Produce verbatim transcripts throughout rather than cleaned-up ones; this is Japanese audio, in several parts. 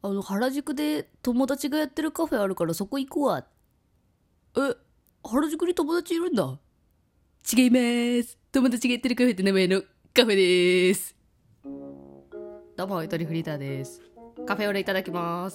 あの原宿で友達がやってるカフェあるからそこ行くわ。え、原宿に友達いるんだ。違いまーす。友達がやってるカフェって名前のカフェでーす。どうも、ゆとりフリーターです。カフェオレいただきます。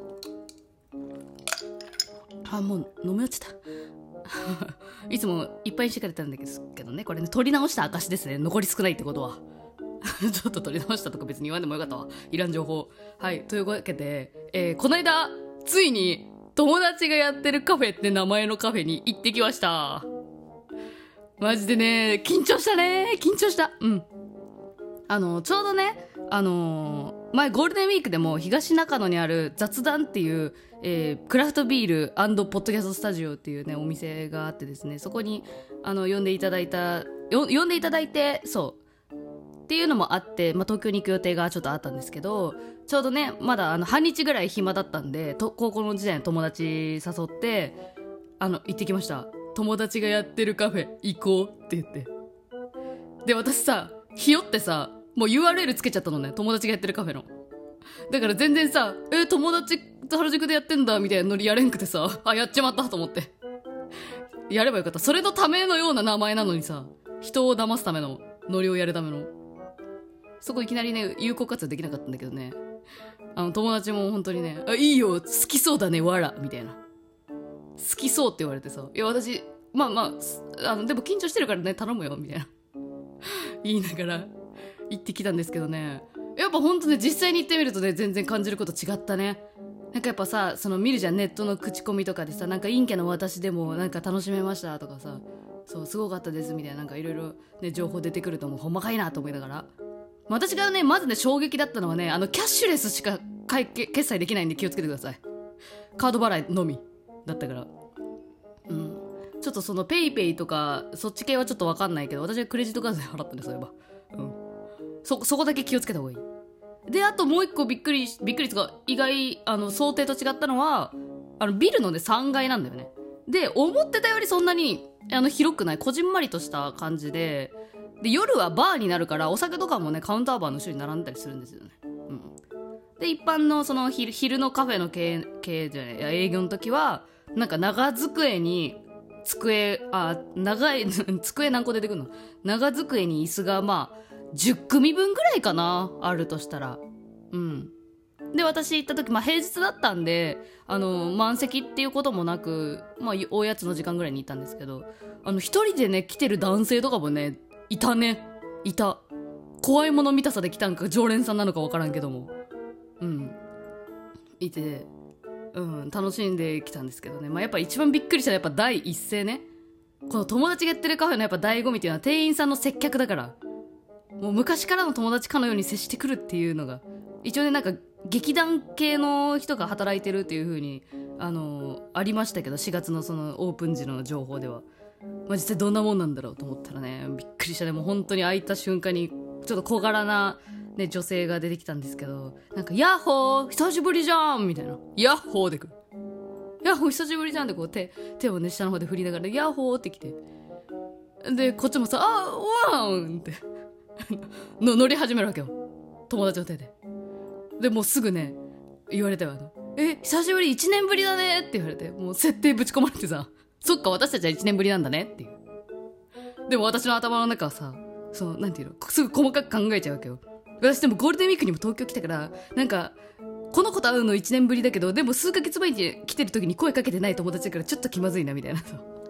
あ、もう飲み落ちた。いつもいっぱいにしてくれたんですけどね、これね、取り直した証ですね。残り少ないってことは。ちょっと取り直したとか別に言わんでもよかったわ。いらん情報。はい、というわけで、えー、この間、ついに友達がやってるカフェって名前のカフェに行ってきました。マジでね、緊張したね。緊張した。うん。あの、ちょうどね、あのー、前ゴールデンウィークでも東中野にある雑談っていう、えー、クラフトビール&ポッドキャストスタジオっていうね、お店があってですね、そこに、あの、呼んでいただいた、よ呼んでいただいて、そう。っていうのもあって、まあ、東京に行く予定がちょっとあったんですけど、ちょうどね、まだあの半日ぐらい暇だったんで、と高校の時代の友達誘って、あの、行ってきました。友達がやってるカフェ行こうって言って。で、私さ、ひよってさ、もう ユーアールエル つけちゃったのね、友達がやってるカフェの。だから全然さ、え、友達原宿でやってんだみたいなノリやれんくてさ、あ、やっちまったと思って。やればよかった。それのためのような名前なのにさ、人を騙すためのノリをやるための。そこいきなりね、有効活用できなかったんだけどね。あの、友達も本当にね、あ、いいよ、好きそうだね、わら、みたいな。好きそうって言われてさ、いや、私、まあまあ、あの、でも緊張してるからね、頼むよ、みたいな。言いながら、行ってきたんですけどね。やっぱ本当ね、実際に行ってみるとね、全然感じること違ったね。なんかやっぱさ、その見るじゃん、ネットの口コミとかでさ、なんか陰キャの私でもなんか楽しめましたとかさ、そう、すごかったですみたいな、なんかいろいろね、情報出てくるともうほんまかいなと思いながら。私がね、まずね、衝撃だったのはね、あの、キャッシュレスしか会計決済できないんで気をつけてください。カード払いのみだったから。うん。ちょっとそのペイペイとか、そっち系はちょっとわかんないけど、私はクレジットカードで払ったんで、そういえば。うん。そ、そこだけ気をつけた方がいい。で、あともう一個びっくり、びっくりとか、意外、あの、想定と違ったのは、あの、ビルのね、さんがいなんだよね。で、思ってたよりそんなに、あの、広くない、こじんまりとした感じで、で、夜はバーになるから、お酒とかもね、カウンターバーの後ろに並んだりするんですよね。うん。で、一般のその昼、昼のカフェの経営、経営じゃない、営業の時は、なんか長机に、机、あ、長い、机何個出てくるの？長机に椅子がまあ、じゅっくみぶんぐらいかな、あるとしたら。うん。で、私行った時、まあ平日だったんで、あの、満席っていうこともなく、まあ、おやつの時間ぐらいに行ったんですけど、あの、一人でね、来てる男性とかもね、いたね。いた。怖いもの見たさで来たんか、常連さんなのかわからんけども。うん。いて、うん、楽しんできたんですけどね。まあ、やっぱ一番びっくりしたのはやっぱ第一声ね。この友達がやってるカフェのやっぱ醍醐味っていうのは店員さんの接客だから。もう昔からの友達かのように接してくるっていうのが。一応ね、なんか劇団系の人が働いてるっていう風に、あのー、ありましたけど、しがつのそのオープン時の情報では。まあ、実際どんなもんなんだろうと思ったらね、びっくりしたね。もう本当に開いた瞬間に、ちょっと小柄な、ね、女性が出てきたんですけど、なんか、ヤッホー久しぶりじゃんみたいな。ヤッホーでくる。ヤッホー久しぶりじゃんってこう手、手をね、下の方で振りながら、ヤッホーって来て。で、こっちもさ、あー、ワーンっての、乗り始めるわけよ。友達の手で。で、もうすぐね、言われたよ。あの、え、久しぶりいちねんぶりだねって言われて、もう設定ぶち込まれてさ、そっか、私たちはいちねんぶりなんだねっていう。でも私の頭の中はさ、その、なんていうの、すぐ細かく考えちゃうわけよ。私でもゴールデンウィークにも東京来たから、なんか、この子と会うのいちねんぶりだけど、でも数ヶ月前に来てる時に声かけてない友達だからちょっと気まずいなみたいな。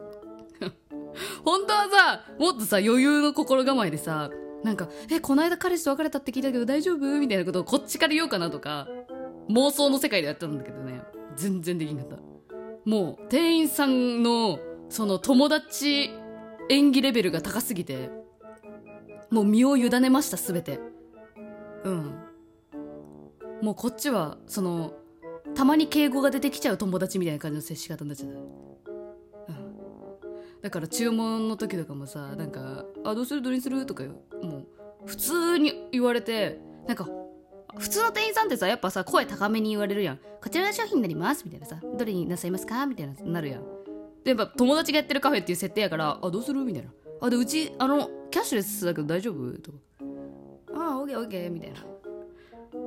本当はさ、もっとさ、余裕の心構えでさ、なんか、え、この間彼氏と別れたって聞いたけど大丈夫みたいなことをこっちから言おうかなとか、妄想の世界でやったんだけどね、全然できなかった。もう、店員さんの、その友達演技レベルが高すぎて、もう身を委ねました、すべて。うん。もうこっちは、その、たまに敬語が出てきちゃう友達みたいな感じの接し方になっちゃった。うん。だから注文の時とかもさ、なんか、あ、どうするどれにするとかよ。もう、普通に言われて、なんか、普通の店員さんってさ、やっぱさ、声高めに言われるやん。こちらの商品になりますみたいなさ、どれになさいますかみたいな、なるやん。で、やっぱ友達がやってるカフェっていう設定やから、あ、どうするみたいな。あ、で、うち、あの、キャッシュレスだけど大丈夫とか。あ、オッケーオッケーみたいな。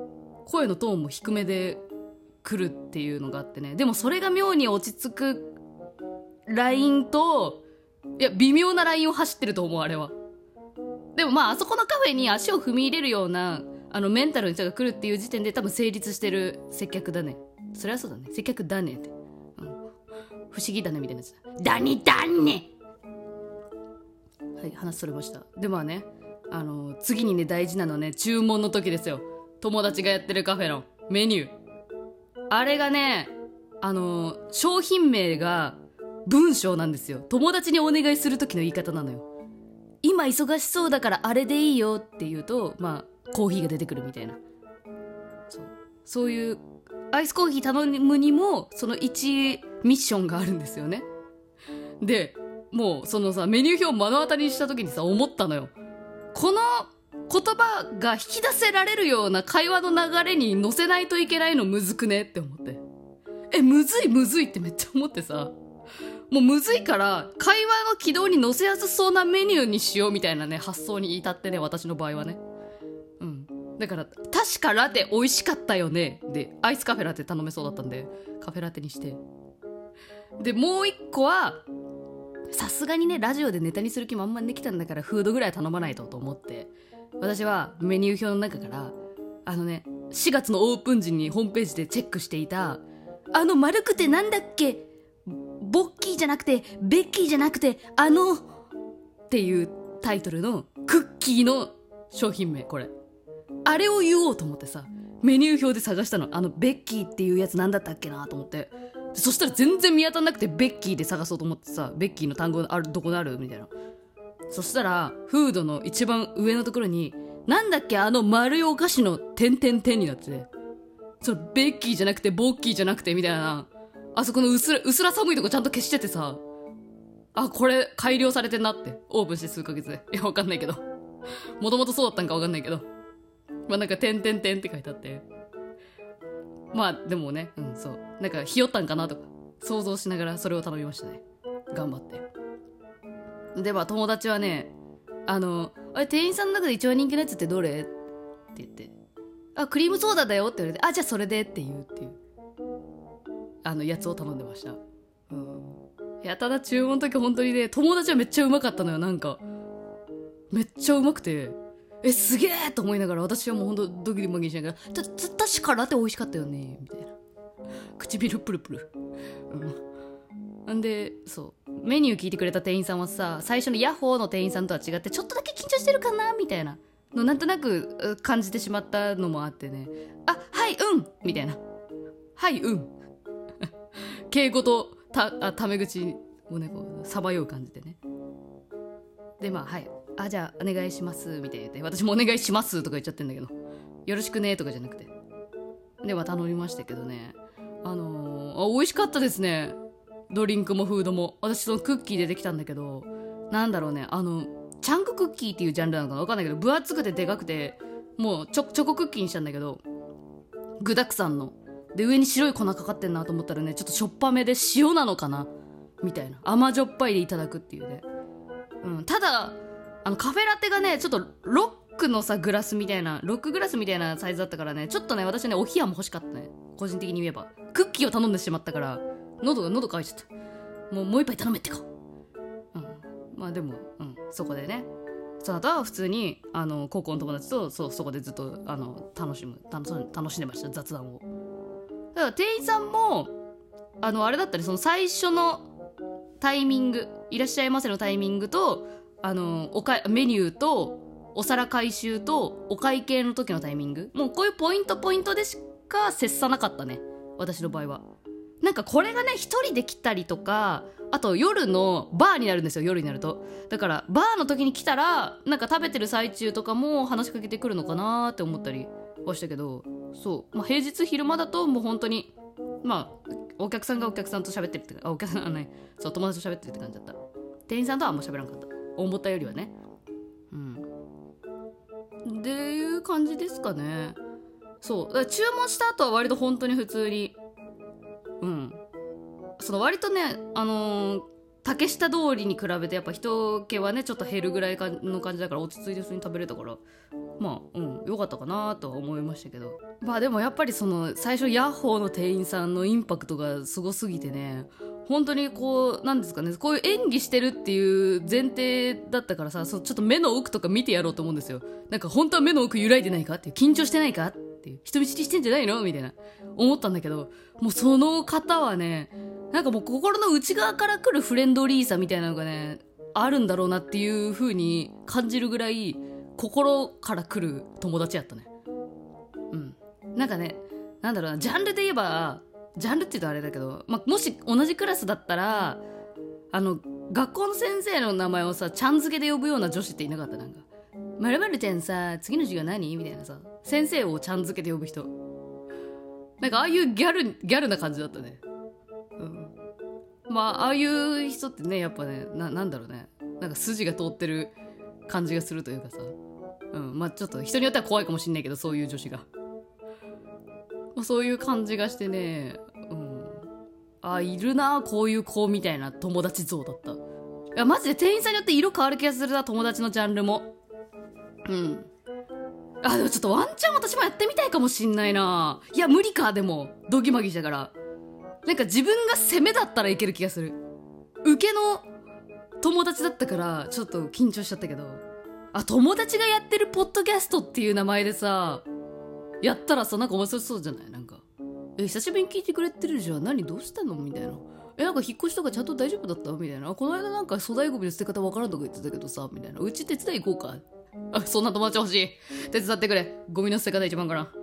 声のトーンも低めで来るっていうのがあってね。でもそれが妙に落ち着くラインと、いや微妙なラインを走ってると思う、あれは。でもまああそこのカフェに足を踏み入れるようなあのメンタルの人が来るっていう時点で多分成立してる接客だね。そりゃそうだね、接客だねって、うん、不思議だねみたいなやつだにだね。はい、話それました。でまあね、あの次にね大事なのはね、注文の時ですよ。友達がやってるカフェのメニュー、あれがね、あの商品名が文章なんですよ。友達にお願いする時の言い方なのよ。今忙しそうだからあれでいいよって言うと、まあコーヒーが出てくるみたいな。そう、そういうアイスコーヒー頼むにもそのいちミッションがあるんですよね。でもうそのさメニュー表を目の当たりにした時にさ思ったのよ。この言葉が引き出せられるような会話の流れに乗せないといけないのむずくねって思って、えむずいむずいってめっちゃ思ってさ、もうむずいから会話の軌道に乗せやすそうなメニューにしようみたいなね発想に至ってね、私の場合はね。うんだから確かラテ美味しかったよねでアイスカフェラテ頼めそうだったんでカフェラテにして、でもう一個はさすがにねラジオでネタにする気満々できたんだからフードぐらい頼まないとと思って、私はメニュー表の中からあのねしがつのオープン時にホームページでチェックしていたあの丸くてなんだっけ、ボッキーじゃなくてベッキーじゃなくてあのっていうタイトルのクッキーの商品名、これあれを言おうと思ってさメニュー表で探したの。あのベッキーっていうやつなんだったっけなと思って、そしたら全然見当たんなくてベッキーで探そうと思ってさ、ベッキーの単語あるどこにあるみたいな。そしたらフードの一番上のところになんだっけあの丸いお菓子の点々点になってて、そのベッキーじゃなくてボッキーじゃなくてみたいな、あそこの薄ら薄ら寒いとこちゃんと消しててさ、あこれ改良されてんなって、オープンして数ヶ月で、いやわかんないけどもともとそうだったんかわかんないけど、まあなんか点々点って書いてあって、まあでもね、うんそうなんかひよったんかなとか想像しながらそれを頼みましたね、頑張って。でまあ友達はね、あのあれ店員さんの中で一番人気のやつってどれって言って、あクリームソーダだよって言われて、あじゃあそれでって言うっていうあのやつを頼んでました。うん、いやただ注文の時本当にね友達はめっちゃうまかったのよ。なんかめっちゃうまくて、えすげえと思いながら、私はもうほんとドキドキしながら、たた確かラテ美味しかったよねみたいな、唇プルプル、うん、んでそうメニュー聞いてくれた店員さんはさ、最初のヤッホーの店員さんとは違ってちょっとだけ緊張してるかなみたいなのなんとなく感じてしまったのもあってね、あはいうんみたいな、はいうん敬語とたあタメ口をねこうさばよう感じでね、でまあはいあじゃあお願いしますみたいな言って、私もお願いしますとか言っちゃってんだけど、よろしくねとかじゃなくて、でまあ頼みましたけどね、あのー、あ美味しかったですね。ドリンクもフードも。私そのクッキーでできたんだけど、なんだろうね、あのチャンククッキーっていうジャンルなのかなわかんないけど、分厚くてでかくてもうチョチョコクッキーにしたんだけど、具沢山ので上に白い粉かかってんなと思ったらね、ちょっとしょっぱめで塩なのかなみたいな、甘じょっぱいでいただくっていうね、うん、ただあのカフェラテがねちょっとロックのさグラスみたいな、ロックグラスみたいなサイズだったからね、ちょっとね私ねお冷やも欲しかったね、個人的に言えば。クッキーを頼んでしまったから喉が喉乾いちゃった。もうもう一杯頼めってか、うん、まあでも、うん、そこでねその後は普通にあの高校の友達とそうそこでずっとあの楽しむ楽し楽しんでました、雑談を。だから店員さんもあのあれだったり、その最初のタイミング、いらっしゃいませのタイミングとあのおかメニューとお皿回収とお会計の時のタイミング、もうこういうポイントポイントでしか接さなかったね、私の場合は。なんかこれがね一人で来たりとか、あと夜のバーになるんですよ、夜になると。だからバーの時に来たらなんか食べてる最中とかも話しかけてくるのかなって思ったりはしたけど、そう、まあ、平日昼間だともう本当にまあお客さんがお客さんと喋ってるってあお客さんはねそう友達と喋ってるって感じだった。店員さんとはあんま喋らんかった、思ったよりはね。うんっていう感じですかね。そうだから注文した後は割と本当に普通に、うんその割とねあのー、 竹下通りに比べてやっぱ人気はねちょっと減るぐらいの感じだから落ち着いて普通に食べれたからまあうん良かったかなとは思いましたけど、まあでもやっぱりその最初ヤッホーの店員さんのインパクトがすごすぎてね、本当にこうなんですかね、こういう演技してるっていう前提だったからさ、そちょっと目の奥とか見てやろうと思うんですよ。なんか本当は目の奥揺らいでないかっていう、緊張してないかっていう、人見知りしてんじゃないのみたいな思ったんだけど、もうその方はねなんかもう心の内側から来るフレンドリーさみたいなのがねあるんだろうなっていう風に感じるぐらい心から来る友達やったね。うんなんかねなんだろうな、ジャンルで言えばジャンルって言うとあれだけど、まあ、もし同じクラスだったらあの学校の先生の名前をさちゃん付けで呼ぶような女子っていなかった？なんか〇〇ちゃんさ次の授業何みたいなさ、先生をちゃん付けで呼ぶ人、なんかああいうギャルギャルな感じだったね。うん、まあああいう人ってねやっぱね な, なんだろうねなんか筋が通ってる感じがするというかさ、うん、まあちょっと人によっては怖いかもしんないけどそういう女子が、まあ、そういう感じがしてね、うん、あいるなこういう子みたいな友達像だった。いやマジで店員さんによって色変わる気がするな、友達のジャンルも。うんあでもちょっとワンチャン私もやってみたいかもしんないな。いや無理か、でもドギマギだからなんか自分が攻めだったらいける気がする。受けの友達だったからちょっと緊張しちゃったけど、あ友達がやってるポッドキャストっていう名前でさやったらさなんか面白そうじゃない？なんかえ久しぶりに聞いてくれてるじゃん、何どうしたのみたいな、えなんか引っ越しとかちゃんと大丈夫だったみたいな、この間なんか粗大ゴミの捨て方わからんとか言ってたけどさみたいな、うち手伝い行こうか、あそんな友達欲しい、手伝ってくれ、ゴミの捨て方一番かな。